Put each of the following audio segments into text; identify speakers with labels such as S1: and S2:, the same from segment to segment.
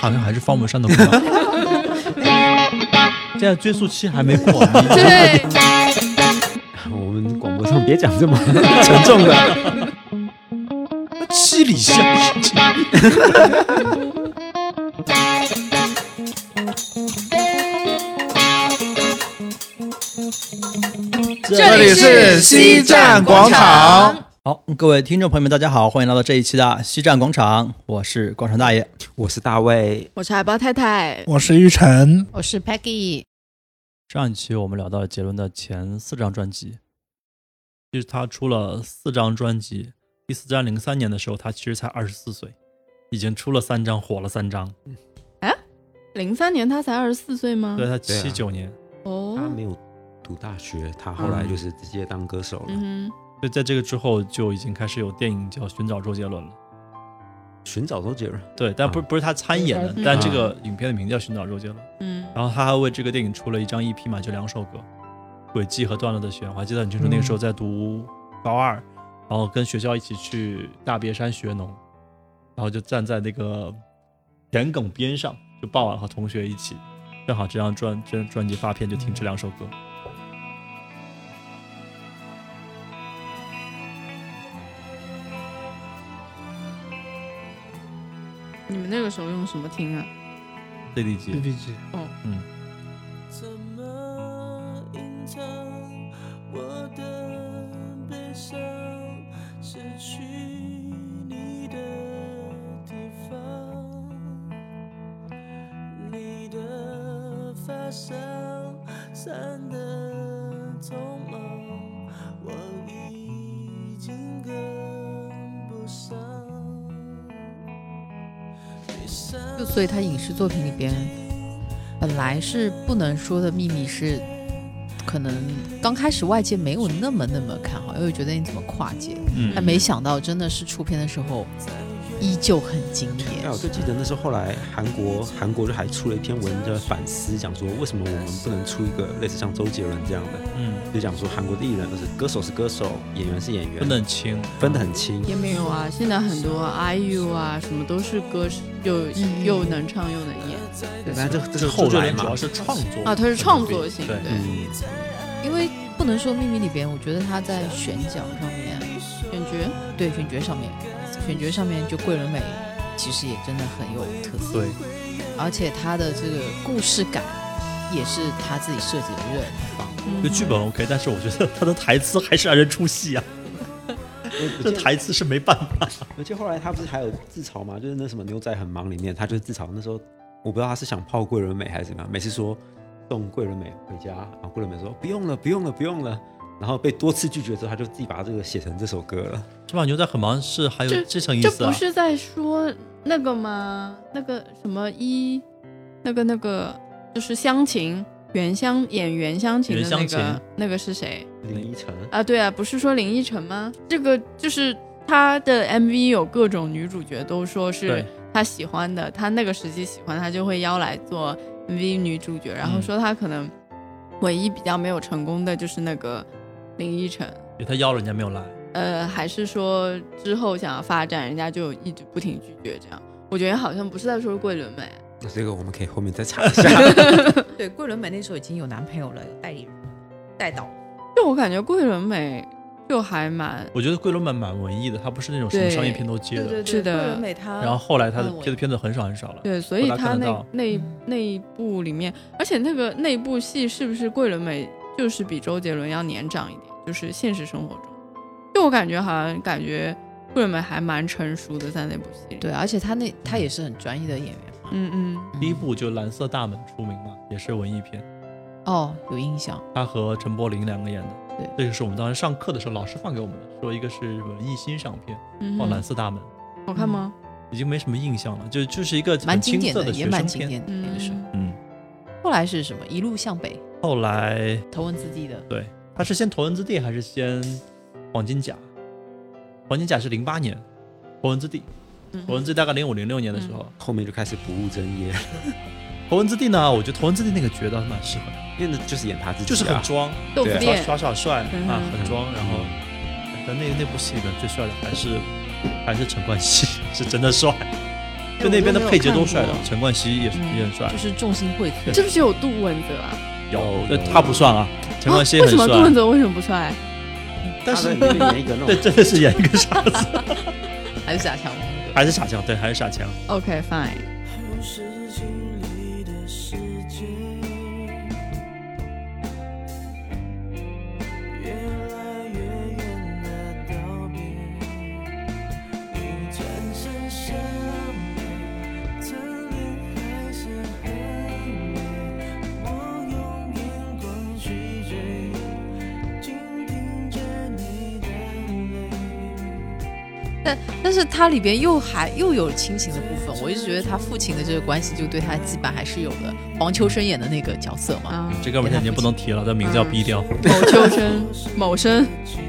S1: 好像还是方文山的歌。现在追溯期还没过。
S2: 对，
S3: 我们广播上别讲这么沉重的。
S1: 七里香。
S2: 这里是西站广场。
S1: 好，各位听众朋友们，大家好，欢迎来到这一期的西站广场，我是广场大爷，
S3: 我是大卫，
S2: 我是海豹太太，
S4: 我是玉成，
S5: 我是 Peggy。
S1: 上一期我们聊到了杰伦的前4张专辑，其实他出了4张专辑，第4张03年的时候他其实才24岁，已经出了3张，火了3张。
S2: 03年他才24岁吗？
S1: 对，他79年。
S2: 哦，
S3: 他没有读大学，他后来就是直接当歌手了。
S1: 所以在这个之后就已经开始有电影叫《寻找周杰伦》了。
S3: 寻找周杰伦，
S1: 对，但不是他参演的，但这个影片的名字叫《寻找周杰伦》。然后他还为这个电影出了一张 EP 嘛，就2首歌，《轨迹》和《断了的弦》。我还记得很清楚，那个时候在读高2，然后跟学校一起去大别山学农，然后就站在那个田埂边上，就傍晚和同学一起，正好这张专辑发片就听这2首歌。
S2: 你们那个时候用什么听啊
S1: ？CD 机。
S2: 哦，
S6: 怎么隐藏我的悲伤？失去你的地方，你的发梢散得匆忙，我已经跟不上。
S5: 就所以他影视作品里边本来是不能说的秘密是可能刚开始外界没有那么看好，因为觉得你怎么跨界，但没想到真的是出片的时候依旧很惊艳。
S3: 我就记得那时候后来韩国就还出了一篇文叫反思，讲说为什么我们不能出一个类似像周杰伦这样的，就讲说韩国的艺人都是歌手是歌手，演员是演员，分得很清。
S2: 也没有啊，现在很多 IU 啊什么都是歌手，又能唱又能演。
S3: 对，但这是后来嘛，
S1: 主要是创作
S2: 啊，他是创作型，对。
S5: 因为不能说秘密里边，我觉得他在选角上面，选角上面就桂纶镁其实也真的很有特色，
S1: 对，
S5: 而且他的这个故事感也是他自己设计的，我觉得很棒。
S1: 就剧本 OK， 但是我觉得他的台词还是让人出戏啊。这台词是没办法。
S3: 而且后来他不是还有自嘲吗？就是那什么牛仔很忙里面，他就是自嘲那时候，我不知道他是想泡桂纶镁还是怎么样，每次说送桂纶镁回家，然后桂纶镁说不用了，然后被多次拒绝之后，他就自己把这个写成这首歌了。
S1: 是吧？牛仔很忙是还有这层意思啊？
S2: 这不是在说那个吗？那个什么那个就是乡情演原乡情的那个是谁？
S3: 林依晨
S2: 啊，对啊，不是说林依晨吗？这个就是他的 MV 有各种女主角都说是他喜欢的，他那个时期喜欢，他就会邀来做 MV 女主角，然后说他可能唯一比较没有成功的就是那个林依晨，
S1: 他邀人家没有来。
S2: 还是说之后想要发展，人家就一直不停拒绝这样？我觉得好像不是在说桂纶镁。
S3: 这个我们可以后面再查一下。
S5: 对，桂纶镁那时候已经有男朋友了，有代理人带导。
S2: 就我感觉桂纶镁就还蛮，
S1: 我觉得桂纶镁蛮文艺的，他不是那种什么商业片都接的。
S2: 是的。
S5: 桂纶镁他，
S1: 然后后来他的接的片子很少了。
S2: 对，所以他那一部里面，而且那部戏是不是桂纶镁就是比周杰伦要年长一点？就是现实生活中，就我感觉桂纶镁还蛮成熟的在那部戏里。
S5: 对，而且他也是很专业的演员嘛。
S1: 第一部就《蓝色大门》出名嘛，也是文艺片。
S5: 哦，有印象。
S1: 他和陈柏霖2个演的。
S5: 对，
S1: 这个是我们当时上课的时候老师放给我们的，说一个是文艺欣赏片，放《蓝色大门》。
S2: 好看吗？
S1: 已经没什么印象了，就是一个
S5: 蛮经典的，
S1: 也
S5: 蛮经典的那个时候。后来是什么？一路向北。
S1: 后来
S5: 头文字 D 的。
S1: 对，他是先头文字 D 还是先黄金甲？黄金甲是08年，头文字 D，头文字 D 大概05、06年的时候，
S3: 后面就开始不务正业。
S1: 头文字 D 呢，我觉得头文字 D 那个角倒是蛮适合的，
S3: 因为就是演他自己，
S1: 就是很装，
S2: 豆腐店
S1: 耍帅啊，很装。然后在那部戏里面最帅的还是陈冠希，是真的帅。 就那边的配角都帅的，陈冠希也很帅，
S5: 就是众星荟萃。
S2: 是不是有杜汶泽啊？
S1: 有，他不算啊，陈冠希也
S2: 为什
S1: 很帅。
S2: 么杜汶泽为什么不帅？
S1: 但是
S3: 他在里面演一个那
S1: 对，
S3: 种
S1: 真的是演一个傻子，
S5: 还是傻强，
S1: 还是傻强，对，还是傻强。
S2: OK fine。
S6: 还是经历的世界，越来越远的道别，你转身向北，侧脸还是很美，我用眼光去追，倾听着你的泪。
S5: 但是它里边又有亲情的部分，我一直觉得他父亲的这个关系就对他的羁绊还是有的。黄秋生演的那个角色嘛，
S2: 啊，
S1: 这哥们儿已经不能提了，这名字要逼掉。
S2: 某秋生，某生。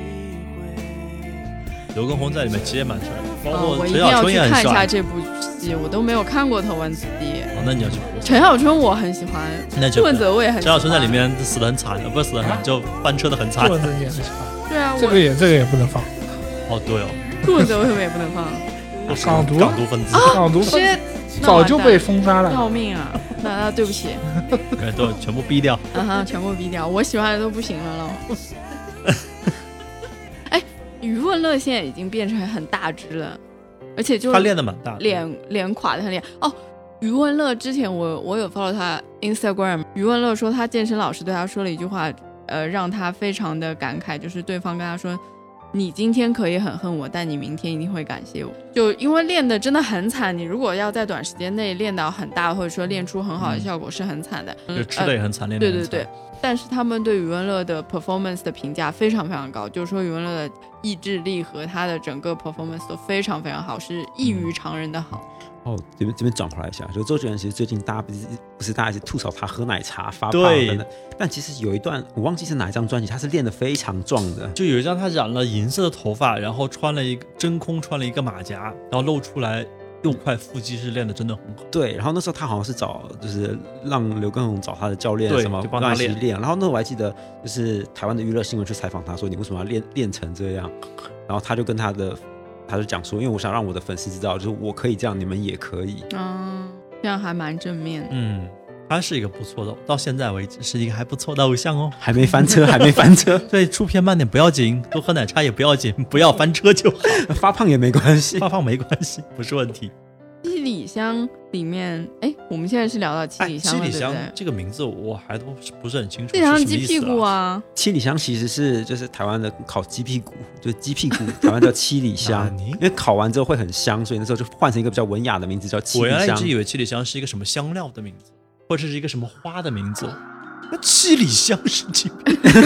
S1: 刘畊宏在里面其实也蛮帅的，包
S2: 我
S1: 括陈小
S2: 一定要去
S1: 春也很帅。
S2: 看一下这部戏，我都没有看过《头文字 D》。
S1: 那你要去。
S2: 陈小春我很喜欢，
S1: 那就
S2: 杜汶泽我也很喜欢。
S1: 陈小春在里面死得很惨的，不是死得很惨，就翻车的很惨
S4: 杜。汶泽也很喜欢，
S2: 对啊，
S4: 这个也不能放，
S1: 哦，对哦，
S2: 杜汶泽为什么也不能放？
S4: 港独
S1: 港独分子，
S4: 港独分
S2: 是
S4: 早就被封杀了。
S2: 要命啊！那对不起，
S1: 对，都全部逼掉。
S2: 全部逼掉，我喜欢的都不行了喽。哎，余文乐现在已经变成很大只了，而且就
S1: 他练得蛮大的，
S2: 脸垮的很厉害哦。余文乐之前我有 follow 他 Instagram， 余文乐说他健身老师对他说了一句话，让他非常的感慨，就是对方跟他说，你今天可以很恨我，但你明天一定会感谢我。就因为练的真的很惨，你如果要在短时间内练到很大，或者说练出很好的效果，是很惨的。
S1: 就吃的也很惨，练得也很惨。
S2: 对，但是他们对余文乐的 performance 的评价非常非常高，就是说余文乐的意志力和他的整个 performance 都非常非常好，是异于常人的好。
S3: 哦，这边转回来一下，就周杰伦其实最近大家不是大家一直吐槽他喝奶茶发胖
S1: 对
S3: 等等，但其实有一段我忘记是哪一张专辑，他是练得非常壮的。
S1: 就有一张他染了银色的头发，然后真空穿了一个马甲，然后露出来6块腹肌，是练得真的很好。
S3: 对，然后那时候他好像是就是让刘畊宏找他的教练
S1: 对
S3: 什么
S1: 就帮他
S3: 让一起练，然后那时候我还记得就是台湾的娱乐新闻去采访他说你为什么要练成这样，然后他就跟他就讲说，因为我想让我的粉丝知道，就是我可以这样，你们也可以。
S2: 这样还蛮正面。
S1: 他是一个不错的，到现在为止是一个还不错的偶像哦。
S3: 还没翻车，还没翻车。
S1: 对，出片慢点不要紧，多喝奶茶也不要紧，不要翻车就好，
S3: 发胖也没关系，
S1: 发胖没关系，不是问题。
S2: 七里香里面，我们现在是聊到七里香了，
S1: 七里香
S2: 对不对？
S1: 这个名字我还都不是很清楚，
S2: 七里香
S1: 是什么意思
S2: 鸡屁股啊！
S3: 七里香其实就是台湾的烤鸡屁股，就是鸡屁股，台湾叫七里香，因为烤完之后会很香，所以那时候就换成一个比较文雅的名字叫七里香。
S1: 我原来一直以为七里香是一个什么香料的名字，或者是一个什么花的名字。那七里香是鸡屁股。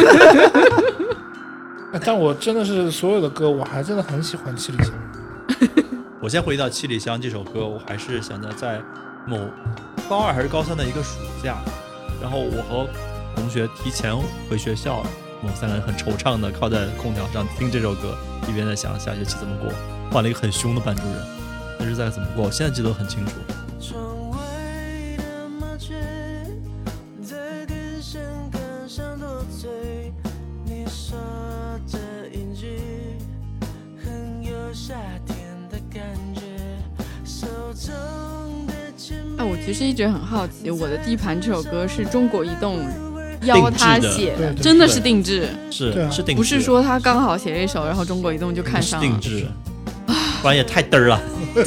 S4: 但我真的是所有的歌，我还真的很喜欢七里香。
S1: 我先回到《七里香》这首歌，我还是想在某高2还是高3的一个暑假，然后我和同学提前回学校，我们3个人很惆怅的靠在空调上听这首歌，一边在想下学期怎么过，换了一个很凶的班主任，但是在怎么过，我现在记得很清楚。
S6: 窗外的麻雀在电线杆上多嘴，你说这音句很有夏天的感觉，手中的铅笔。
S2: 我其实一直很好奇，《我的地盘》这首歌是中国移动邀他写的，
S4: 对
S2: 真的是定制，
S4: 对啊
S1: 是定制，
S2: 不是说他刚好写了一首，然后中国移动就看上了。
S1: 定制，不然也太嘚儿了。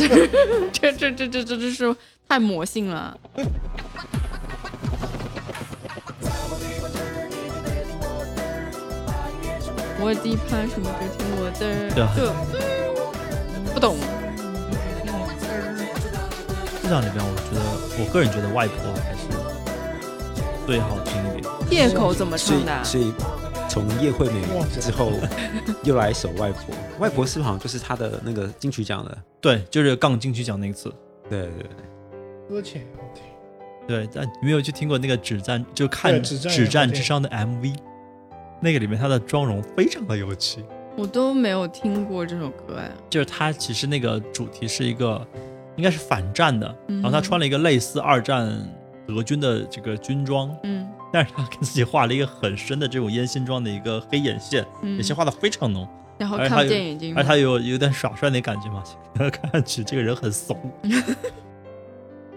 S2: 这是太魔性了。我的地盘什么就听我的，
S1: 对啊
S2: 不懂。
S1: 这张里边，我个人觉得外婆还是最好听一点。
S2: 夜口怎么唱的？
S3: 所以从叶惠美之后又来一首外婆，外婆是不是好像就是她的那个金曲奖的？
S1: 对，就是杠金曲奖那一次。
S3: 对，
S4: 搁浅也好听。
S1: 对，但你没有去听过那个止战，就看
S4: 对
S1: 止战之殇的 MV， 那个里面她的妆容非常的有趣。
S2: 我都没有听过这首歌哎。
S1: 就是她其实那个主题是一个应该是反战的，然后她穿了一个类似2战德军的这个军装，但是她给自己画了一个很深的这种烟熏妆的一个黑眼线，眼线画的非常浓，
S2: 然后看不见眼睛，
S1: 而她有点耍帅那感觉嘛，看上去这个人很怂。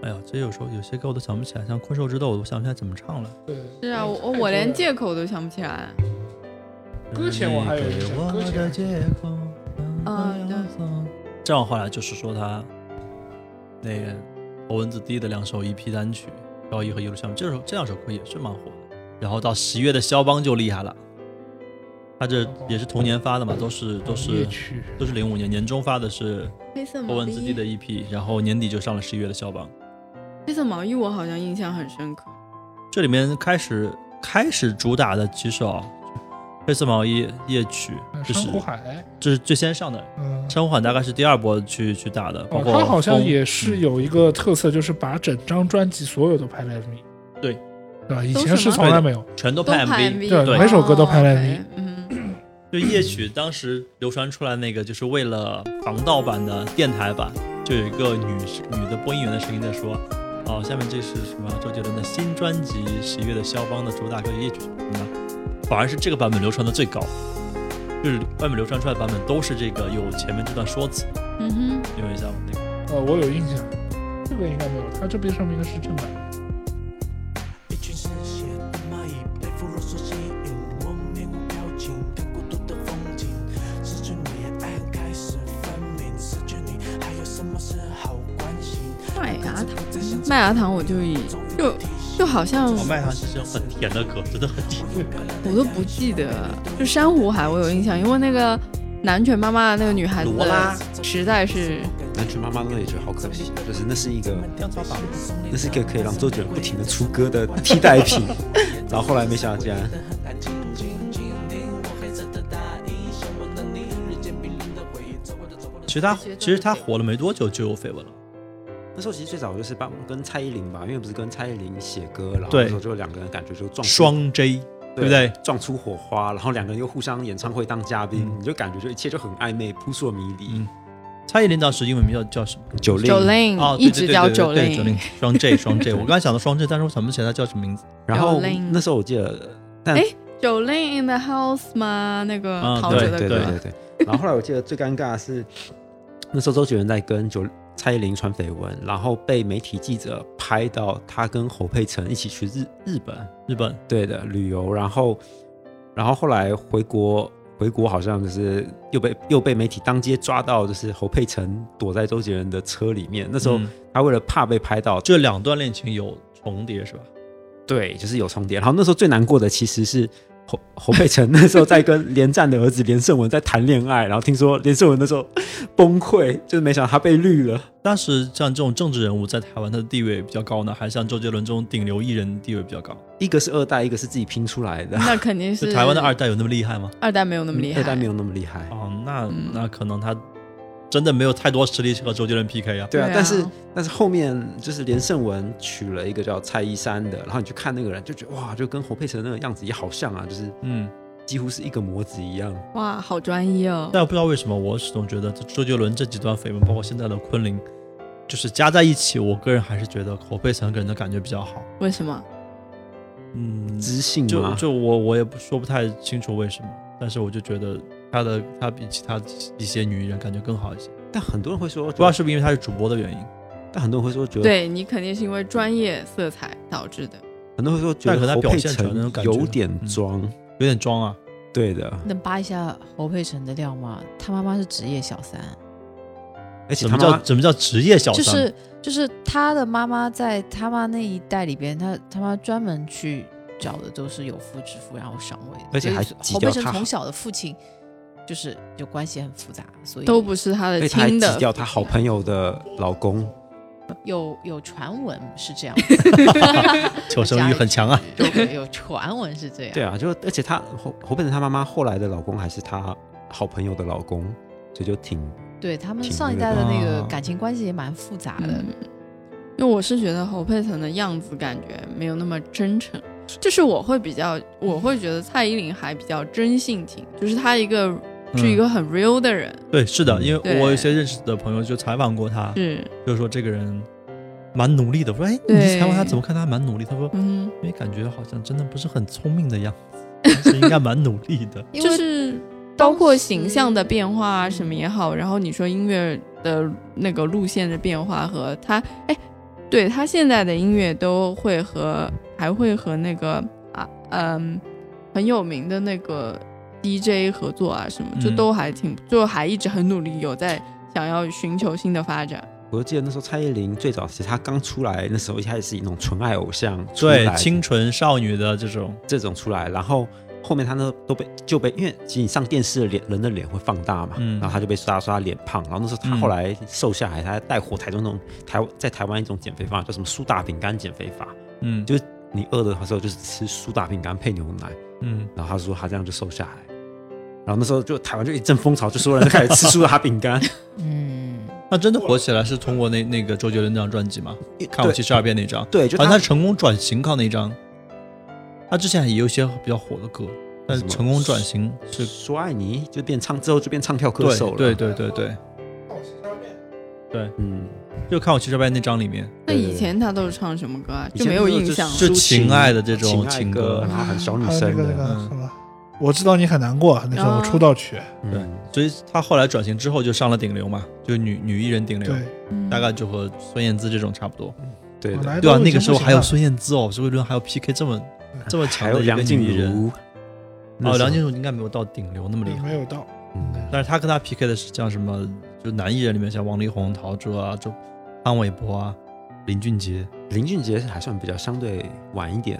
S1: 哎呀，这有时候有些歌我都想不起来，像《困兽之斗》我都想不起来怎么唱了。
S4: 对，
S2: 是啊，我连借口都想不起来。
S4: 搁浅我还有印象，搁浅。
S2: 对。
S1: 这样后来就是说他那个头文字 D 的2首 EP 单曲《高一》和《一路向北》，这两首歌也是蛮火的。然后到11月的肖邦就厉害了，他这也是同年发的嘛，都是05年年中发的是头文字 D 的 EP， 然后年底就上了11月的肖邦。
S2: 黑色毛衣我好像印象很深刻。
S1: 这里面开始主打的几首黑色毛衣、夜曲，
S4: 珊瑚海，
S1: 这是最先上的。珊瑚海大概是第2波去打的，包括
S4: 他好像也是有一个特色，就是把整张专辑所有都拍了 MV。
S1: 对，
S4: 对吧？以前是从来没有，
S1: 全都拍 MV，
S4: 对，每首歌都拍了 MV。
S1: 就夜曲当时流传出来那个，就是为了防盗版的电台版，就有一个女的播音员的声音在说。下面这是什么？周杰伦的新专辑11月的肖邦的主打歌夜曲什么的，反而是这个版本流传的最高，就是外面流传出来的版本都是这个有前面这段说辞。有印象吗？那个
S4: 我有印象，这个应该没有，它这边上面应该是正版。
S6: 一群嗜血的蚂蚁被腐肉所吸引，我面无表情看孤独的风景，失去你爱开始分明，失去你还有什么是好关心？
S2: 麦芽糖我就好像
S1: 麦芽糖其实很甜的歌，真的很甜，
S2: 我都不记得。就珊瑚海我有印象，因为那个南拳妈妈的那个女孩子实在是
S3: 南拳妈妈那也觉得好可惜，就是那是一个可以让周杰伦不停的出歌的替代品，然后后来没想到竟然。
S1: 其实他火了没多久就有绯闻了。
S3: 那时候其实最早就是跟蔡依林吧，因为不是跟蔡依林写歌，然后
S1: 那
S3: 时候就2个人感觉就撞
S1: 双 J， 对不对？
S3: 撞出火花，然后2个人又互相演唱会当嘉宾，你就感觉就一切就很暧昧，扑朔迷离。
S1: 蔡依林当时英文名叫什么
S2: ？Jolin，一直叫 Jolin，
S1: 双 J。我刚才想到双 J， 但是我想不起来他叫什么名字。
S3: 然后那时候我记得，
S2: Jolin in the house 吗？那个陶喆的歌。
S3: 对。然后后来我记得最尴尬的是，那时候周杰伦在跟蔡依林传绯闻，然后被媒体记者拍到他跟侯佩岑一起去日本对的旅游，然后后来回国好像就是又被媒体当街抓到，就是侯佩岑躲在周杰伦的车里面。那时候他为了怕被拍到，
S1: 这2段恋情有重叠是吧？
S3: 对，就是有重叠。然后那时候最难过的其实是侯佩岑那时候在跟连战的儿子连胜文在谈恋爱，然后听说连胜文那时候崩溃，就是没想到他被绿了。
S1: 当时像这种政治人物在台湾，他的地位比较高呢，还是像周杰伦这种顶流艺人地位比较高？
S3: 一个是2代，一个是自己拼出来的。
S2: 那肯定是
S1: 台湾的2代有那么厉害吗
S2: ？2代没有那么厉害，
S3: 2代没有那么厉害。
S1: 那可能他真的没有太多实力和周杰伦 PK 啊。
S3: 对啊，但是后面就是连胜文娶了一个叫蔡依珊的，然后你去看那个人就觉得哇，就跟侯佩岑那个样子也好像啊，就是几乎是一个模子一样。
S2: 哇，好专一哦！
S1: 但我不知道为什么，我始终觉得周杰伦这几段绯闻，包括现在的昆凌，就是加在一起，我个人还是觉得侯佩岑给人的感觉比较好。
S2: 为什么？
S3: 知性吗？
S1: 就我也说不太清楚为什么，但是我就觉得他比其他一些女人感觉更好一些。
S3: 但很多人会说，
S1: 不知道是不是因为他是主播的原因，
S3: 但很多人会说觉得，
S2: 对你肯定是因为专业色彩导致的。
S3: 很多人会说觉得侯佩岑有点装。
S1: 有点装啊，
S3: 对的。
S5: 能扒一下侯佩岑的料吗？他妈妈是职业小三，
S3: 而且
S1: 什么叫职业小三？
S5: 就是他的妈妈在他妈那一代里边，他妈专门去找的都是有夫之妇，然后上位的，
S3: 而且还
S5: 侯佩岑从小的父亲就关系很复杂，所以
S2: 都不是他的亲的，
S3: 挤掉他好朋友的老公。
S5: 有传闻是这样
S1: 求生欲很强啊。
S5: 有传闻是这样。
S3: 对啊，而且侯佩岑他妈妈后来的老公还是他好朋友的老公，所以就
S5: 对他们上一代的那个感情关系也蛮复杂的。
S2: 因为我是觉得侯佩岑的样子感觉没有那么真诚，就是我会觉得蔡依林还比较真性情，就是她是一个很 real 的人。
S1: 对，是的，因为我有一些认识的朋友就采访过他，就是说这个人蛮努力的。我说你采访他怎么看他蛮努力？他说因为感觉好像真的不是很聪明的样子，但是应该蛮努力的。
S2: 就是包括形象的变化啊什么也好，然后你说音乐的那个路线的变化和他对他现在的音乐都会还会和那个很有名的那个 DJ 合作啊什么，就都还就还一直很努力，有在想要寻求新的发展。
S3: 我记得那时候蔡依林最早其实她刚出来那时候一开始是以那种纯爱偶像出来，
S1: 对，清纯少女的这种
S3: 出来，然后后面她呢就被因为其实你上电视的人的脸会放大嘛，然后她就被说她脸胖，然后那时候她后来瘦下来，她带火台中那种在台湾一种减肥法叫什么苏打饼干减肥法，就是你饿的时候就是吃苏打饼干配牛奶，然后她说她这样就瘦下来，然后那时候就台湾就一阵风潮，就所有人就开始吃苏打饼干。
S1: 那真的火起来是通过那个周杰伦那张专辑吗？看我72遍那张，
S3: 对，就
S1: 他成功转型靠那张。他之前也有一些比较火的歌，但是成功转型是
S3: 说爱你就之后就变唱跳歌手了。
S1: 对，就看我72遍那张里面。
S2: 那以前他都是唱什么歌啊？就没有印象了。
S1: 就情爱的这种情歌，
S3: 然后很小女生的。
S4: 什么？我知道你很难过，那首出道曲。
S1: 对，所以他后来转型之后就上了顶流嘛，就女艺人顶流，大概就和孙燕姿这种差不多。
S3: 对
S1: 吧？那个时候还有孙燕姿哦，周杰伦还有 PK 这么强的一个女人。梁静茹应该没有到顶流那么厉害，
S4: 没有到。
S1: 但是他跟他 PK 的是像什么，就男艺人里面像王力宏、陶喆啊，就潘玮柏啊，林俊杰还算比较相对晚一点。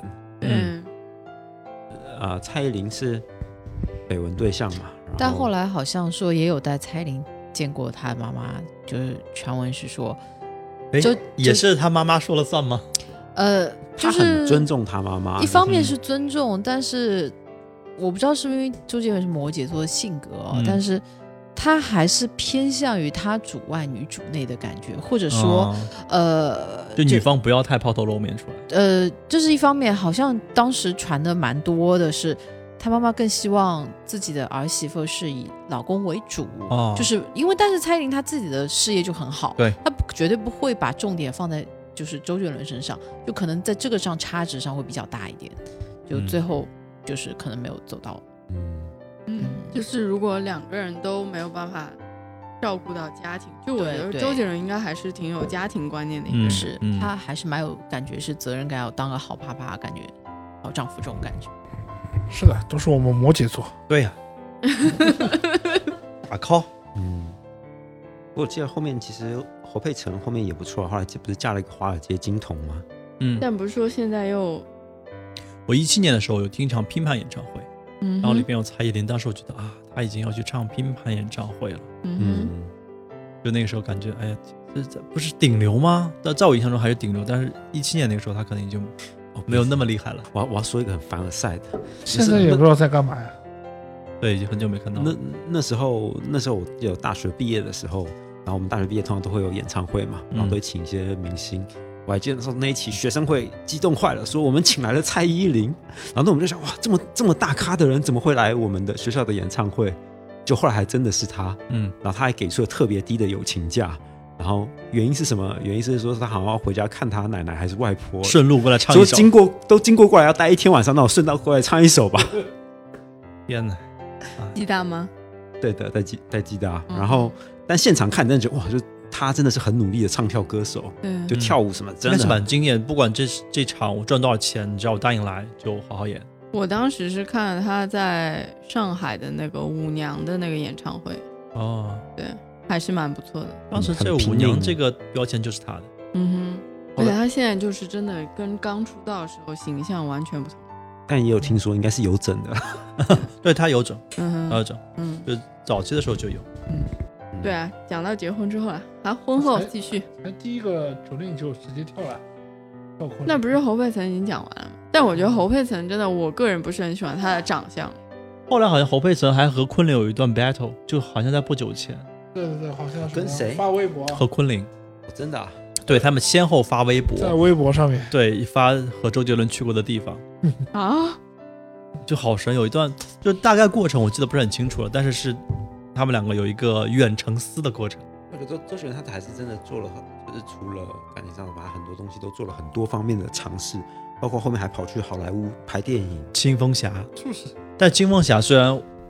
S1: 蔡依林是绯闻对象嘛，
S5: 但后来好像说也有带蔡依林见过她妈妈，就是传闻是说，
S1: 也是她妈妈说了算吗？
S3: 他很尊重他妈妈，
S5: 一方面是尊重，但是我不知道是不是因为周杰伦是摩羯座的性格但是他还是偏向于他主外女主内的感觉，或者说
S1: 就女方不要太抛头露面出
S5: 来。这是一方面，好像当时传的蛮多的是他妈妈更希望自己的儿媳妇是以老公为主，就是因为但是蔡依林她自己的事业就很好，
S1: 对，
S5: 她绝对不会把重点放在就是周杰伦身上，就可能在这个上差值上会比较大一点，就最后就是可能没有走到。
S2: 就是如果两个人都没有办法照顾到家庭，就我觉得周杰伦应该还是挺有家庭观念的一个
S5: 是他还是蛮有感觉，是责任感，要当个好爸爸，感觉好丈夫这种感觉。
S4: 是的，都是我们摩羯座。
S1: 对呀，打 call。
S3: 我记得后面其实侯佩岑后面也不错，后来不是嫁了一个华尔街金童吗？
S2: 但不是说现在又……
S1: 我17年的时候有听一场拼盘演唱会，然后里边有蔡依林，当时我觉得她已经要去唱拼盘演唱会了。就那个时候感觉，哎呀，这不是顶流吗？在我印象中还是顶流，但是17年那个时候她可能已经没有那么厉害了。
S3: 我要说一个很凡尔赛的，
S4: 现在也不知道在干嘛呀。
S1: 对，已经很久没看到了。
S3: 那时候我记得大学毕业的时候，然后我们大学毕业通常都会有演唱会嘛，然后都会请一些明星。我还记得那时候那一期学生会激动坏了，说我们请来了蔡依林，然后那我们就想，哇，这么大咖的人怎么会来我们的学校的演唱会？就后来还真的是他，然后他还给出了特别低的友情价，然后原因是什么？原因是说他好像要回家看他奶奶还是外婆，
S1: 顺路过来唱一首，
S3: 都经过过来要待一天晚上，那我顺道过来唱一首吧。
S1: 天哪！
S2: 鸡大吗？
S3: 对的，在鸡大。然后，但现场看，真的觉得哇，就他真的是很努力的唱跳歌手，就跳舞什么，真的
S1: 是蛮惊艳。不管这场我赚多少钱，只要我答应来，就好好演。
S2: 我当时是看了他在上海的那个舞娘的那个演唱会，对，还是蛮不错的。
S1: 当时这舞娘这个标签就是他的，
S2: 而且他现在就是真的跟刚出道的时候形象完全不同。
S3: 但也有听说应该是有整的，
S1: 对，他有整，他有整，就早期的时候就有，
S2: 对啊，讲到结婚之后婚后继续，
S4: 第一个909直接跳了，
S2: 那不是侯佩岑已经讲完了吗？但我觉得侯佩岑真的，我个人不是很喜欢她的长相。
S1: 后来好像侯佩岑还和昆凌有一段 battle， 就好像在不久前。
S4: 对，好像是
S3: 跟谁
S4: 发微博？
S1: 和昆凌，
S3: 真的
S1: 对他们先后发微博，
S4: 在微博上面，
S1: 对，发和周杰伦去过的地方就好神。有一段就大概过程我记得不是很清楚了，但是他们两个有一个远程撕的过程。
S3: 那个周杰伦他还是真的做了，就是除了感情上，把很多东西都做了很多方面的尝试，包括后面还跑去好莱坞拍电影《
S1: 青蜂侠》。
S4: 就是，
S1: 但《青蜂侠》虽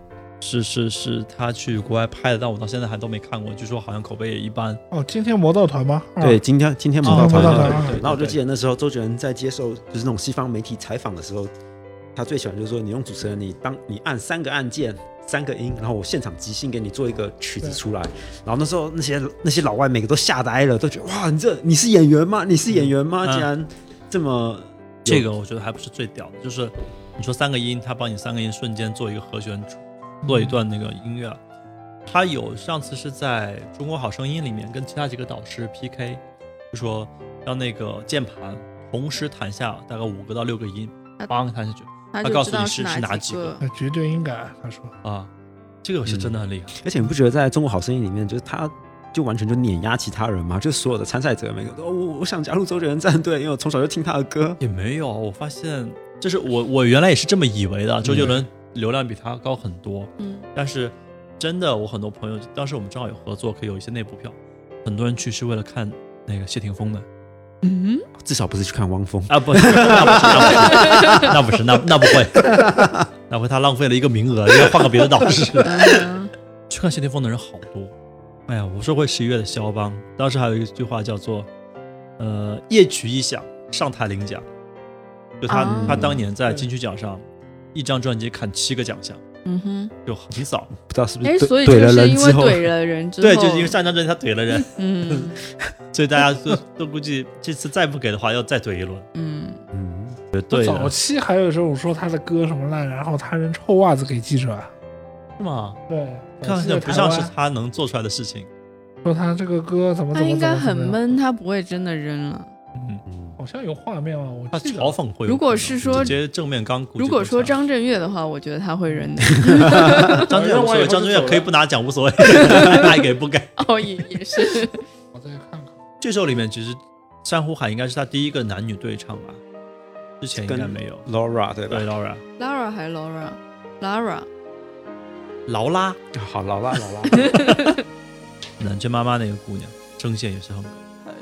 S1: 是他去国外拍的，但我到现在还都没看过，据说好像口碑也一般。
S4: 哦，今天魔盗团吗？
S3: 对，今天魔盗团。
S4: 对，
S3: 然后我就记得那时候周杰伦在接受就是那种西方媒体采访的时候，他最喜欢就是说你用主持人，你按3个按键3个音，然后我现场即兴给你做一个曲子出来。然后那时候那些老外每个都吓呆了，都觉得哇，你是演员吗？你是演员吗？竟然这么。
S1: 这个我觉得还不是最屌的，就是你说3个音，他帮你3个音瞬间做一个和弦，做一段那个音乐。他有上次是在中国好声音里面跟其他几个导师 PK， 就说让那个键盘同时弹下大概5个到6个音，帮弹下去，他告诉你是哪几个，
S4: 绝对音感。他说
S1: 啊，这个是真的很厉害。
S3: 而且你不觉得在中国好声音里面，就是他就完全就碾压其他人吗？就所有的参赛者每个都我想加入周杰伦战队，因为我从小就听他的歌。
S1: 也没有，我发现就是我原来也是这么以为的，周杰伦流量比他高很多。但是真的，我很多朋友当时我们正好有合作，可以有一些内部票，很多人去是为了看那个谢霆锋的。
S3: 至少不是去看汪峰
S1: 啊，不是，那不是，那不会，那会他浪费了一个名额，应该换个别的导师。去看谢霆锋的人好多。哎呀，我说回11月的肖邦，当时还有一句话叫做夜曲一响，上台领奖。就他当年在金曲奖上一张专辑砍7个奖项，就很少。
S3: 不知道是不是
S2: 所以就是因为怼了人之后，
S1: 对，就是因为上张专辑他怼了人，所以大家都估计这次再不给的话要再怼一轮。对。
S4: 早期还有这种说他的歌什么烂，然后他扔臭袜子给记者。
S1: 是吗？
S4: 对，
S1: 看起来不像是他能做出来的事情。
S4: 说他这个歌怎么
S2: 他应该很闷，他不会真的扔了。
S4: 好像有画面啊，我记得。
S1: 他嘲讽会。
S2: 如果是说
S1: 直接正面刚，
S2: 如果说张震岳的话，我觉得他会扔的。
S1: 张震岳无所谓，张震岳可以不拿奖无所谓，爱给不给。
S2: 哦，也是。
S4: 我再看看。
S1: 这首里面其实《珊瑚海》应该是他第一个男女对唱吧，之前应该没有。
S3: Laura 对吧？
S1: 对 Laura
S2: 还是 Laura。
S1: 劳拉，
S3: 好劳拉。
S1: 南拳妈妈那个姑娘声线也是很高。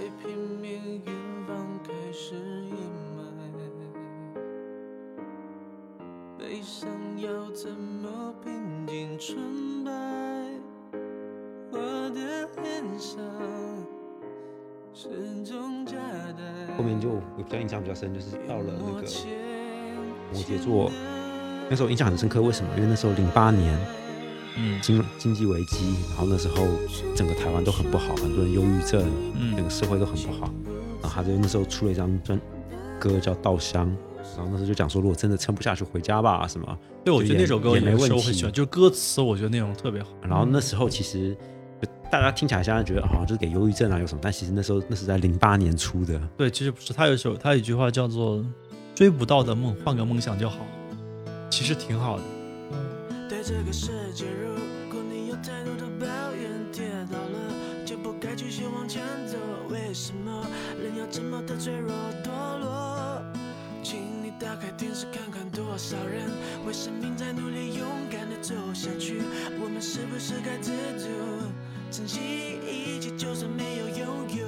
S3: 后面就我比较印象比较深，就是到了那个摩羯座，那时候印象很深刻。为什么？因为那时候08年。经济危机，然后那时候整个台湾都很不好，很多人忧郁症，整个社会都很不好。然后他就那时候出了一张歌叫《稻香》，然后那时候就讲说，如果真的撑不下去，回家吧什么。
S1: 对，我觉得那首歌
S3: 也没问题，
S1: 我很喜欢，就是歌词我觉得内容特别好。
S3: 然后那时候其实大家听起来现在觉得好像就是给忧郁症啊有什么，但其实那是在08年出的。
S1: 对，其实不是，他有一句话叫做“追不到的梦，换个梦想就好”，其实挺好的。
S6: 对这个世界，如果你有太多的抱怨，跌倒了就不该继续往前走。为什么人要这么的脆弱堕落？请你打开电视看看，多少人为生命在努力，勇敢的走下去。我们是不是该知足，珍惜一切，就算没有拥有。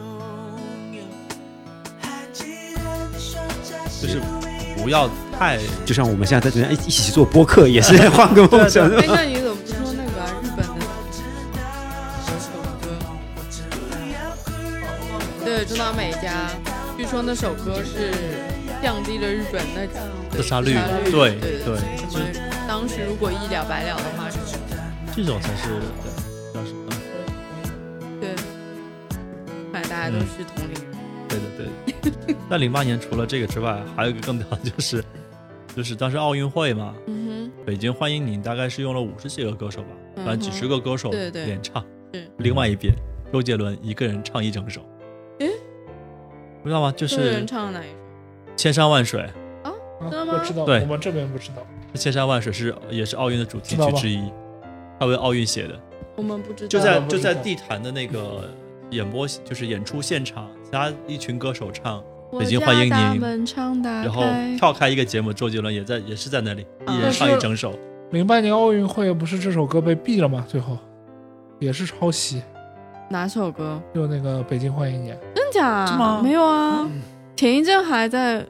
S6: 还记得你说
S1: 就是不要太，
S3: 就像我们现在在这边一起做播客，也是换个梦想。
S2: 那你怎么不说那个日本的有首歌？对，中岛美嘉，据说那首歌是降低了日本的
S1: 自杀率。对，
S2: 什么当时如果一了百了的话是什么？
S1: 这种才是叫什么？
S2: 对，反正大家都是同龄人。
S1: 对。那08年除了这个之外，还有一个更屌的就是当时奥运会嘛，北京欢迎你大概是用了50几个歌手吧，反正几十个歌手联唱。另外一边，周杰伦一个人唱一整首。不知道吗？就是周杰伦
S2: 唱哪一首？
S1: 千山万水。
S2: 啊，真的吗？
S4: 不知道，
S1: 对，
S4: 我们这边不知道。
S1: 千山万水也是奥运的主题曲之一，他为奥运写的。
S2: 我们不知道。
S1: 就在地坛的那个就是演出现场，其他一群歌手唱《北京欢迎您》，然后跳开一个节目，周杰伦也是在那里一人唱一整首。
S4: 08年奥运会不是这首歌被毙了吗？最后也是抄袭。
S2: 哪首歌？
S4: 就那个《北京欢迎你》。
S2: 真假？
S1: 是吗？
S2: 没有啊，前一阵还在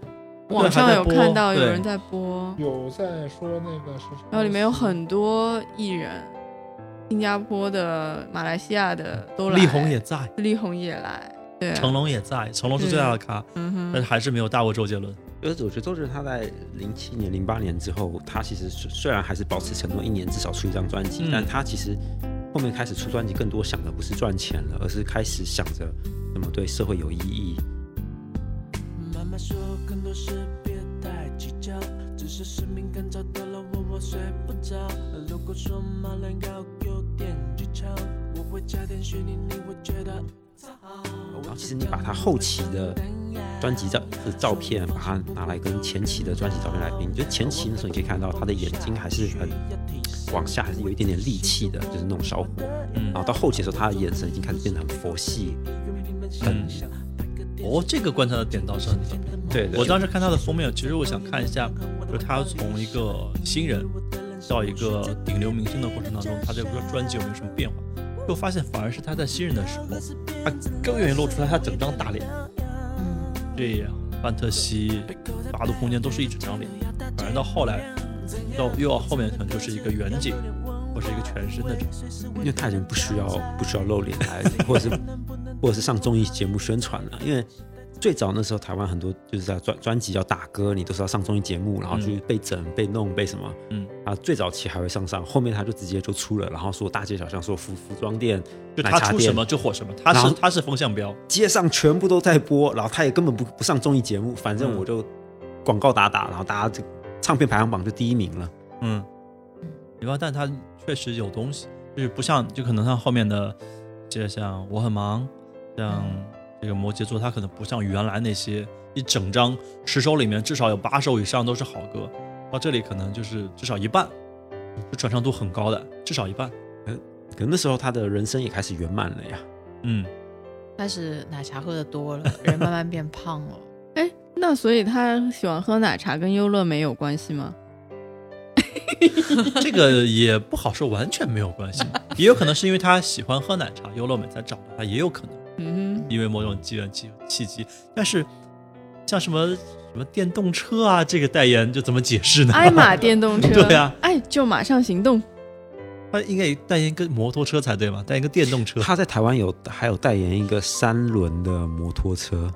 S2: 网上有看到有人在播，
S4: 有在说那个是，
S2: 然后里面有很多艺人，新加坡的、马来西亚的都来，
S1: 力宏也在，
S2: 力宏也来，对，
S1: 成龙也在，成龙是最大的咖，但是还是没有大过周杰伦。
S3: 就是我觉得周杰伦他在07年、08年之后，他其实虽然还是保持承诺，1年至少出一张专辑，但他其实后面开始出专辑，更多想的不是赚钱了，而是开始想着怎么对社会有意义。
S6: 妈妈说更多事别太计较，只是使命感找到了我睡不着。如果说马兰要有点技巧，我会加点虚拟，你会觉得
S3: 然后其实你把他后期的专辑照片，把它拿来跟前期的专辑照片来比，就前期的时候你可以看到他的眼睛还是很往下，还是有一点点戾气的，就是那种烧火。然后到后期的时候，他的眼神已经开始变得很佛系，
S1: 这个观察的点倒是很特别。
S3: 对，
S1: 我当时看他的封面，其实我想看一下，就是他从一个新人到一个顶流明星的过程当中，他这个专辑有没有什么变化？就发现反而是他在新人的时候，他更愿意露出他整张大脸。这样，范特西、八度空间都是一整张脸，反而到后来，又要后面可能就是一个远景，或是一个全身的，
S3: 因为他已经不需要露脸来，或者是上综艺节目宣传了，因为。最早那时候，台湾很多就是在专辑要打歌，你都是要上综艺节目，然后去被整、被弄、被什么。最早期还会上，后面他就直接就出了，然后说大街小巷，说服装店、
S1: 就他出什么就火什么，他是风向标，
S3: 街上全部都在播，然后他也根本不上综艺节目，反正我就广告打，然后大家就唱片排行榜就第1名了。
S1: 但他确实有东西，就是不像，就可能像后面的，就像我很忙，像。这个摩羯座他可能不像原来那些一整张10首里面至少有8首以上都是好歌，到这里可能就是至少一半，就传唱度很高的，至少一半。
S3: 可能那时候他的人生也开始圆满了呀。
S5: 开始奶茶喝的多了，人慢慢变胖了。
S2: 那所以他喜欢喝奶茶跟优乐美有关系吗？
S1: 这个也不好说，完全没有关系，也有可能是因为他喜欢喝奶茶，优乐美才找他，也有可能。因为某种机缘契机，但是像什么电动车啊，这个代言就怎么解释呢？
S2: 爱玛电动车，
S1: 对啊，
S2: 就马上行动。
S1: 他应该代言一个摩托车才对吧？代言一个电动车。
S3: 他在台湾还有代言一个3轮的摩托车。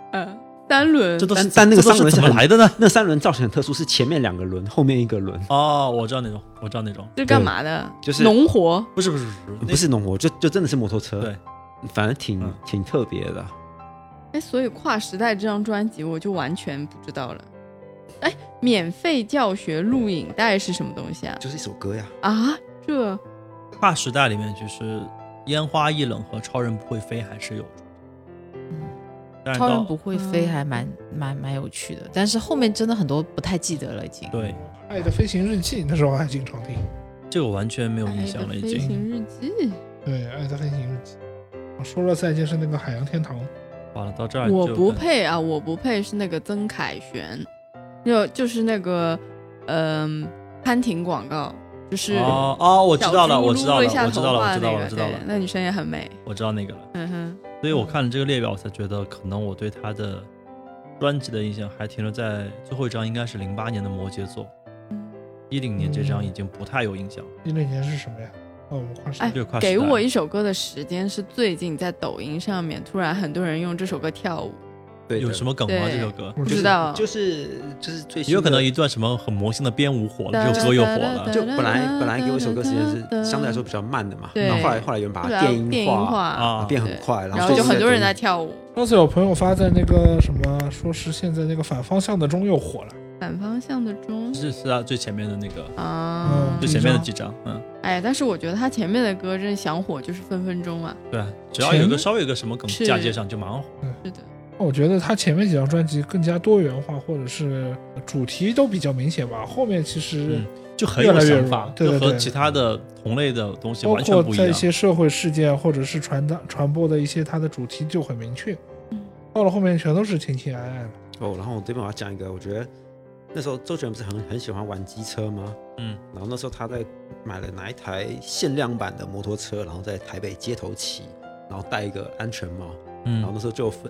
S2: 3轮，
S1: 这都是
S3: 但那个3轮
S1: 怎么来的呢？
S3: 那3轮造型很特殊，是前面2个轮，后面1个轮。
S1: 我知道那种。
S2: 这干嘛的？
S3: 就是
S2: 农活？
S1: 不是
S3: 农活，就真的是摩托车。
S1: 对。
S3: 反正挺特别的。
S2: 所以跨时代这张专辑我就完全不知道了。免费教学录影带是什么东西啊？
S3: 就是一首歌呀。
S2: 这
S1: 跨时代里面就是烟花易冷和超人不会飞还是有。
S5: 超人不会飞还蛮有趣的，但是后面真的很多不太记得了已经。
S1: 对，
S4: 爱的飞行日记那时候还经常听。
S1: 这个完全没有印象了已经。
S2: 飞行日记。
S4: 对，爱的飞行日记。说了再见是那个海洋天堂。
S1: 完了，到这儿
S2: 我不配啊！我不配是那个曾凯旋，就是那个潘婷广告，就是
S1: 我知道了，我知道了，
S2: 那女生也很美，
S1: 我知道那个了。所以我看了这个列表，我才觉得可能我对她的专辑的印象还停留在最后一张，应该是08年的摩羯座，10年这张已经不太有印象。
S4: 10年是什么呀？
S2: 给我一首歌的时间是最近在抖音上面突然很多人用这首歌跳舞。
S3: 对，
S1: 有什么梗吗？这首歌
S2: 不知道，
S3: 就是最
S1: 有可能一段什么很魔性的编舞火了，这首歌又火了。
S3: 就本来给我一首歌时间是相对来说比较慢的嘛，然后后来有人把它电音化变很快，
S2: 然后就很多人在跳舞。
S4: 上次有朋友发在那个什么，说是现在那个反方向的钟又火了。
S2: 反方向的钟
S1: 是他最前面的那个最前面的几张。
S2: 但是我觉得他前面的歌真想火就是分分钟啊。
S1: 对，只要稍微有个什么梗嫁接上就马上火。
S2: 是的。
S4: 我觉得他前面几张专辑更加多元化，或者是主题都比较明显吧。后面其实
S1: 就很有想法，
S4: 对，
S1: 和其他的同类的东西完全不一样。
S4: 包括在一些社会事件或者是传播的一些它的主题就很明确。到了后面全都是情情爱爱的。
S3: 然后我这边我要讲一个，我觉得那时候周杰伦不是很喜欢玩机车吗？然后那时候他在买了哪一台限量版的摩托车，然后在台北街头骑，然后戴一个安全帽，然后那时候就有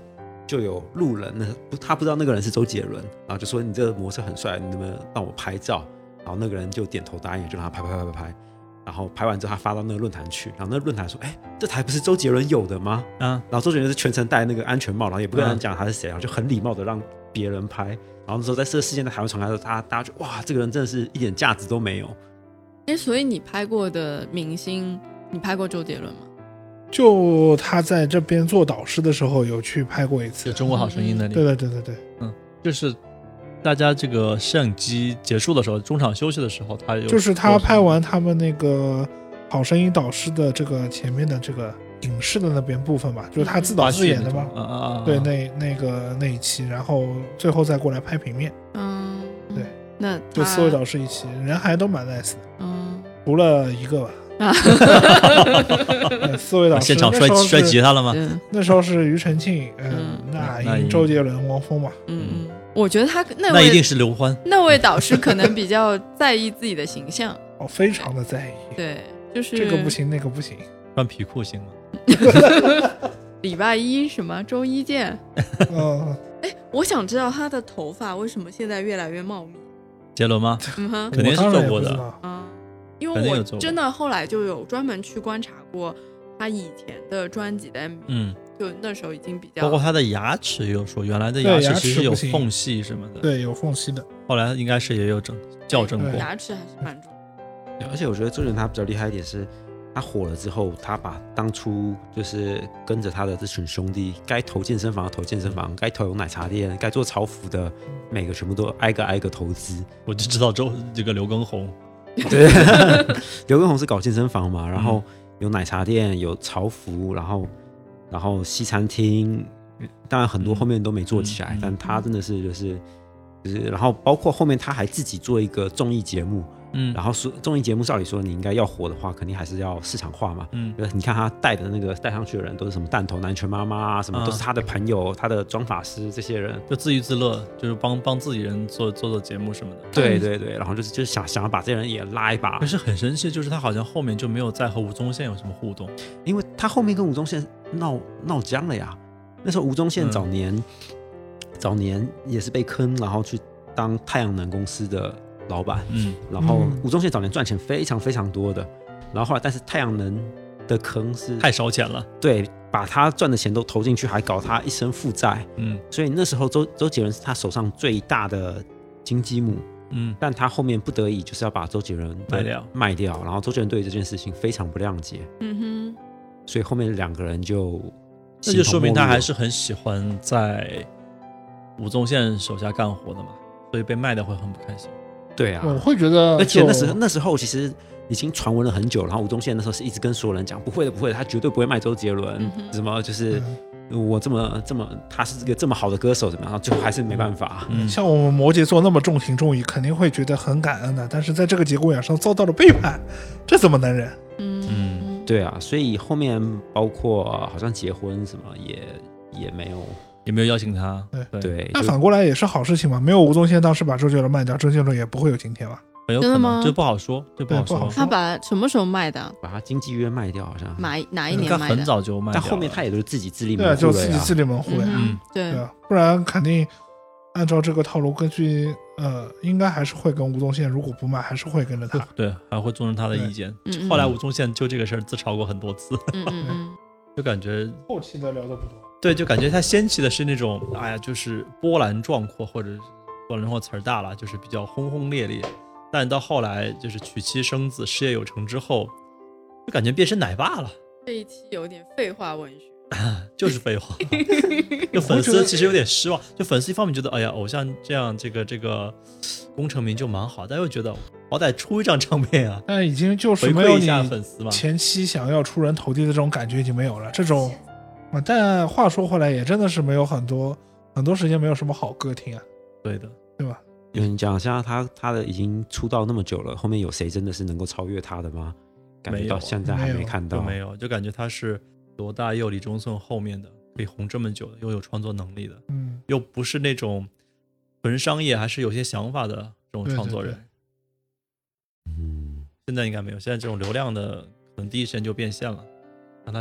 S3: 就有路人他不知道那个人是周杰伦，然后就说你这个摩托车很帅，你能不能帮我拍照？然后那个人就点头答应，就让他拍，然后拍完之后他发到那个论坛去，然后那个论坛说，哎，这台不是周杰伦有的吗？然后周杰伦是全程戴那个安全帽，然后也不跟人讲他是谁，然后就很礼貌的让别人拍。然后那时候在这个事件在台湾传开的时候，大家就哇，这个人真的是一点价值都没有。
S2: 所以你拍过的明星，你拍过周杰伦吗？
S4: 就他在这边做导师的时候有去拍过一次，
S1: 就中国好声音那里。
S4: 对，
S1: 就是大家这个摄影机结束的时候，中场休息的时候，他
S4: 就是他拍完他们那个好声音导师的这个前面的这个影视的那边部分吧，就是他自导自演的嘛，对，那一期，然后最后再过来拍平面，对，
S2: 那
S4: 就4位导师一起，人还都蛮 nice 的，除了一个吧。4位导师
S1: 现场摔吉他了吗？
S4: 那时候是庾澄庆，那英、周杰伦、汪峰嘛。
S2: 我觉得他
S1: 那一定是刘欢。
S2: 那位导师可能比较在意自己的形象，
S4: 非常的在意。
S2: 对，就是
S4: 这个不行，那个不行。
S1: 穿皮裤行吗？
S2: 礼拜一什么周一见。我想知道他的头发为什么现在越来越茂密？
S1: 杰伦吗？肯定是做过的。
S2: 因为我真的后来就有专门去观察过他以前的专辑的 MV，就那时候已经比较，
S1: 包括他的牙齿也有说，原来的牙齿其实有缝隙什么的，
S4: 对，有缝隙的，
S1: 后来应该是也有校正过，
S2: 牙齿还是蛮重
S3: 要。而且我觉得周杰伦他比较厉害一点是，他火了之后，他把当初就是跟着他的这群兄弟，该投健身房的投健身房，该投奶茶店，该做潮服的，每个全部都挨个投资。
S1: 我就知道这个刘畊宏。
S3: 对，刘畊宏是搞健身房嘛，然后有奶茶店，有潮服，然后西餐厅，当然很多后面都没做起来，但他真的是就是，然后包括后面他还自己做一个综艺节目，然后综艺节目照理说你应该要火的话，肯定还是要市场化嘛，你看他带的那个带上去的人都是什么弹头男权妈妈啊，什么都是他的朋友，他的妆发师这些人，
S1: 就自娱自乐，就是帮自己人做节目什么的。
S3: 对，然后就是想要把这些人也拉一把。
S1: 可是很神奇，就是他好像后面就没有再和吴宗宪有什么互动，
S3: 因为他后面跟吴宗宪闹僵了呀。那时候吴宗宪早年也是被坑，然后去当太阳能公司的老板，然后吴宗宪早年赚钱非常非常多的，然后后来但是太阳能的坑是
S1: 太烧钱了，
S3: 对，把他赚的钱都投进去，还搞他一身负债，所以那时候周杰伦是他手上最大的金鸡母，但他后面不得已就是要把周杰伦卖掉，然后周杰伦对于这件事情非常不谅解，所以后面两个人那
S1: 就说明他还是很喜欢在吴宗宪手下干活的嘛，所以被卖掉会很不开心。
S4: 对啊，我会觉得，
S3: 而且那时候其实已经传闻了很久，然后吴宗宪那时候是一直跟所有人讲，不会的，他绝对不会卖周杰伦，什么就是我这么他是个这么好的歌手，怎么样？然后最后还是没办法。
S4: 像我们摩羯座那么重情重义，肯定会觉得很感恩的，但是在这个节骨眼上遭到了背叛，这怎么能忍？
S3: 对啊，所以后面包括好像结婚什么也没有
S1: 邀请他。
S3: 对，
S4: 那反过来也是好事情嘛。没有吴宗宪当时把周杰伦卖掉，周杰伦也不会有今天吧？
S1: 真的吗？这不好说，
S2: 他把什么时候卖的？
S3: 把他经纪约卖掉，好像
S2: 哪一年卖的？
S1: 很早就卖掉了。
S3: 但后面他也都是自己自立门户
S4: 了，对，就自己自立门户了呀。
S2: 对，
S4: 不然肯定按照这个套路，根据应该还是会跟吴宗宪，如果不卖，还是会跟着他。
S1: 对，还会尊重他的意见。后来吴宗宪就这个事儿自嘲过很多次。就感觉
S4: 后期的聊的不多。
S1: 对，就感觉他掀起的是那种，哎呀，就是波澜壮阔，或者波澜壮阔词儿大了，就是比较轰轰烈烈。但到后来就是娶妻生子、事业有成之后，就感觉变身奶爸了。
S2: 这一期有点废话文学。
S1: 就是废话。就粉丝其实有点失望，就粉丝一方面觉得哎呀偶像这样这个功成名就蛮好，但又觉得好歹出一张唱片啊，
S4: 但已经就是没有你前期想要出人头地的这种感觉已经没有了。这种，但话说回来也真的是没有很多时间没有什么好歌听啊。
S1: 对的，
S4: 对吧？
S3: 你讲一下他的已经出道那么久了，后面有谁真的是能够超越他的吗？感觉到现在还没看到，
S1: 没有，就感觉他是罗大佑、李宗盛后面的可以红这么久的，又有创作能力的，又不是那种纯商业，还是有些想法的这种创作人。
S3: 对，
S1: 现在应该没有，现在这种流量的可能第一时间就变现了，让他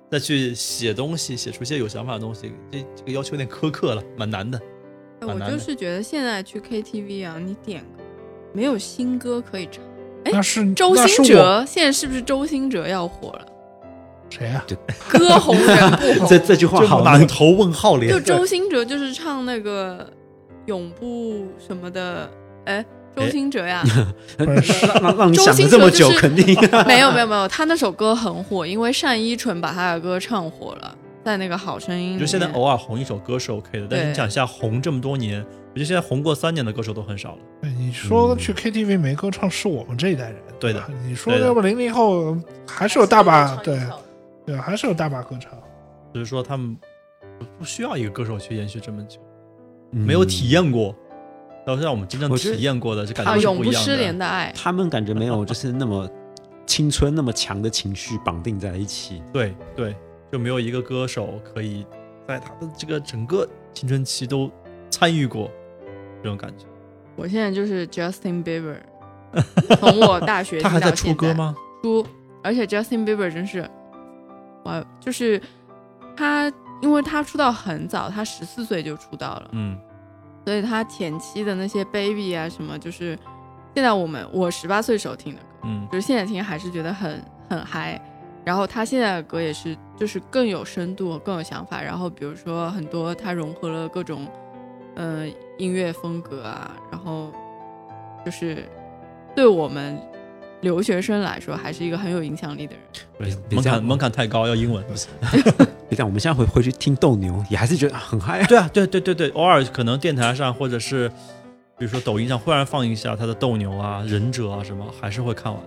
S1: 再去写东西，写出一些有想法的东西，这个要求有点苛刻了，蛮难的。
S2: 我就是觉得现在去 KTV 啊，你点没有新歌可以唱。
S4: 那是
S2: 周兴哲，现在是不是周兴哲要火了？
S4: 谁啊？
S2: 歌红人不红。
S3: 这句话好
S1: 满头问号连。
S2: 就周兴哲就是唱那个永不什么的，周兴哲呀，
S3: 让你想了这么久，肯定
S2: 没有，他那首歌很火，因为单依纯把他的歌唱火了，在那个好声音里面。
S1: 就现在偶尔红一首歌是 OK 的，但是你讲一下红这么多年，我觉得现在红过3年的歌手都很少了。
S4: 对，你说去 KTV 没歌唱是我们这一代人，
S1: 对的。
S4: 你说要不00后还是有大把，对，还是有大把歌唱，
S1: 只是说他们不需要一个歌手去延续这么久，没有体验过。要让我们真正体验过的，就感觉是不一样的。
S2: 永不失联的爱，
S3: 他们感觉没有就是那么青春那么强的情绪绑定在一起。
S1: 对，就没有一个歌手可以在他的这个整个青春期都参与过这种感觉。
S2: 我现在就是 Justin Bieber， 从我大学
S1: 他还在出歌吗？
S2: 出，而且 Justin Bieber 真是，就是他，因为他出道很早，他14岁就出道了，所以他前期的那些 Baby 啊什么，就是现在我18岁时候听的歌，就是现在听还是觉得很嗨。然后他现在的歌也是，就是更有深度，更有想法。然后比如说很多他融合了各种音乐风格啊，然后就是对我们留学生来说还是一个很有影响力的
S1: 人。门槛太高，要英文。
S3: 别讲，我们现在回去听斗牛，也还是觉得很嗨啊。
S1: 对啊，对，偶尔可能电台上或者是比如说抖音上忽然放一下他的斗牛啊、忍者啊什么，还是会看完。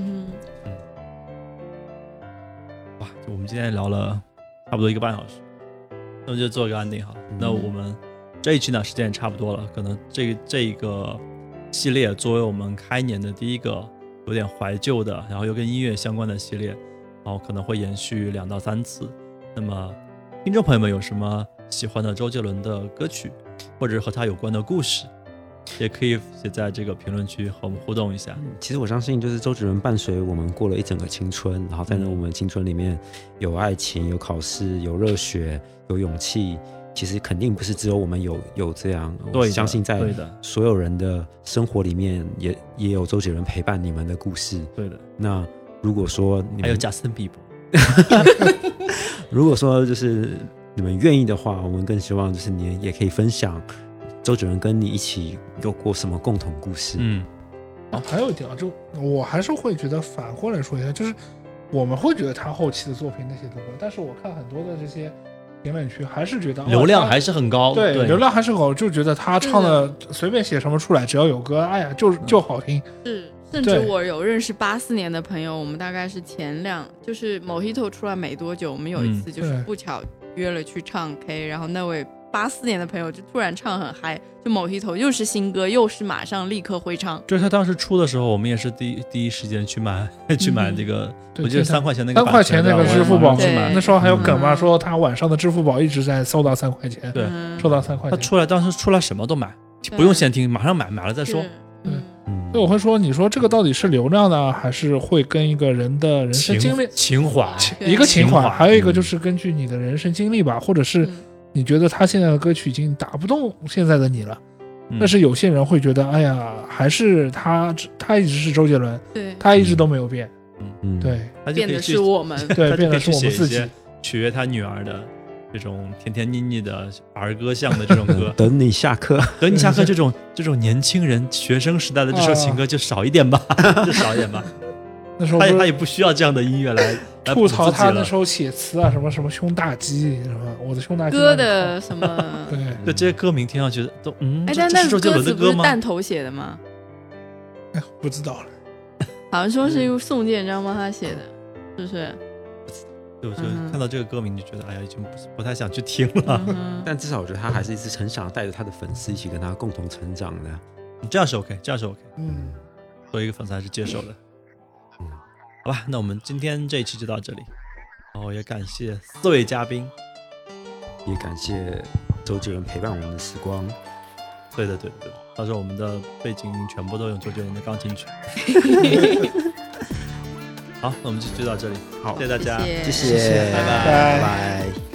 S1: 哇，就我们今天聊了差不多1个半小时，那我就做一个安定好。那我们这一期呢时间也差不多了，可能这一个系列作为我们开年的第一个有点怀旧的，然后又跟音乐相关的系列，然后可能会延续2到3次。那么听众朋友们有什么喜欢的周杰伦的歌曲，或者和他有关的故事，也可以写在这个评论区和我们互动一下。
S3: 其实我相信，就是周杰伦伴随我们过了一整个青春，然后在我们青春里面有爱情、有考试、有热血、有勇气。其实肯定不是只有我们有这样，我相信在所有人的生活里面也有周杰伦陪伴你们的故事。
S1: 对的。
S3: 那如果说
S1: 还有贾斯汀比伯，
S3: 如果说就是你们愿意的话，我们更希望就是你也可以分享周杰伦跟你一起有过什么共同故事。
S4: 还有一点啊，就我还是会觉得反过来说一下，就是我们会觉得他后期的作品那些多，但是我看很多的这些评论区还是觉得
S1: 流量还是很高，
S4: 对，流量还是高，就觉得他唱的随便写什么出来，只要有歌，哎呀，就好听。
S2: 是，甚至我有认识84年的朋友，我们大概是就是Mojito出来没多久，我们有一次就是不巧约了去唱 K，然后那位84年的朋友就突然唱很嗨，就Mojito又是新歌，又是马上立刻会唱。
S1: 就是他当时出的时候，我们也是第一时间去买这个，我记得3块钱那个
S4: 3块钱那个支付宝，那时候还有梗嘛，说他晚上的支付宝一直在收到3块钱，
S1: 对，
S4: 收到3块钱。
S1: 他当时出来什么都买，不用先听，马上买了再说。
S4: 所以我会说，你说这个到底是流量呢，还是会跟一个人的人生经历
S1: 情怀？
S4: 一个情怀，还有一个就是根据你的人生经历吧，或者是你觉得他现在的歌曲已经打不动现在的你了。但是有些人会觉得，哎呀，还是他一直是周杰伦，
S2: 对，
S4: 他一直都没有变，对，
S2: 变的是我们，
S4: 对，变的是我们自己，
S1: 取悦他女儿的这种甜甜腻腻的儿歌像的这种歌，
S3: 等你下课
S1: 这种年轻人学生时代的这首情歌就少一点吧，就少一点吧。
S4: 那时候
S1: 他也不需要这样的音乐来
S4: 吐槽他那时候写词啊，什么胸大肌，什么我的胸大肌，
S2: 歌的什么，
S1: 对这些歌名听上去都
S2: 但那个歌词不是弹头写的吗？
S4: 不知道了，
S2: 好像说是宋建章帮他写的，是不是？
S1: 对，我就看到这个歌名就觉得，哎呀，已经不太想去听了。
S3: 但至少我觉得他还是一直很想带着他的粉丝一起跟他共同成长的，
S1: 这样是 OK， 这样是 OK。作为一个粉丝还是接受的。好吧，那我们今天这一期就到这里，然后也感谢4位嘉宾，
S3: 也感谢周杰伦陪伴我们的时光。
S1: 对，到时候我们的背景音全部都用周杰伦的钢琴曲。 好，那我们就到这里，
S3: 好，
S1: 谢谢大家，
S2: 谢
S3: 谢谢，
S1: 拜拜
S3: 拜拜。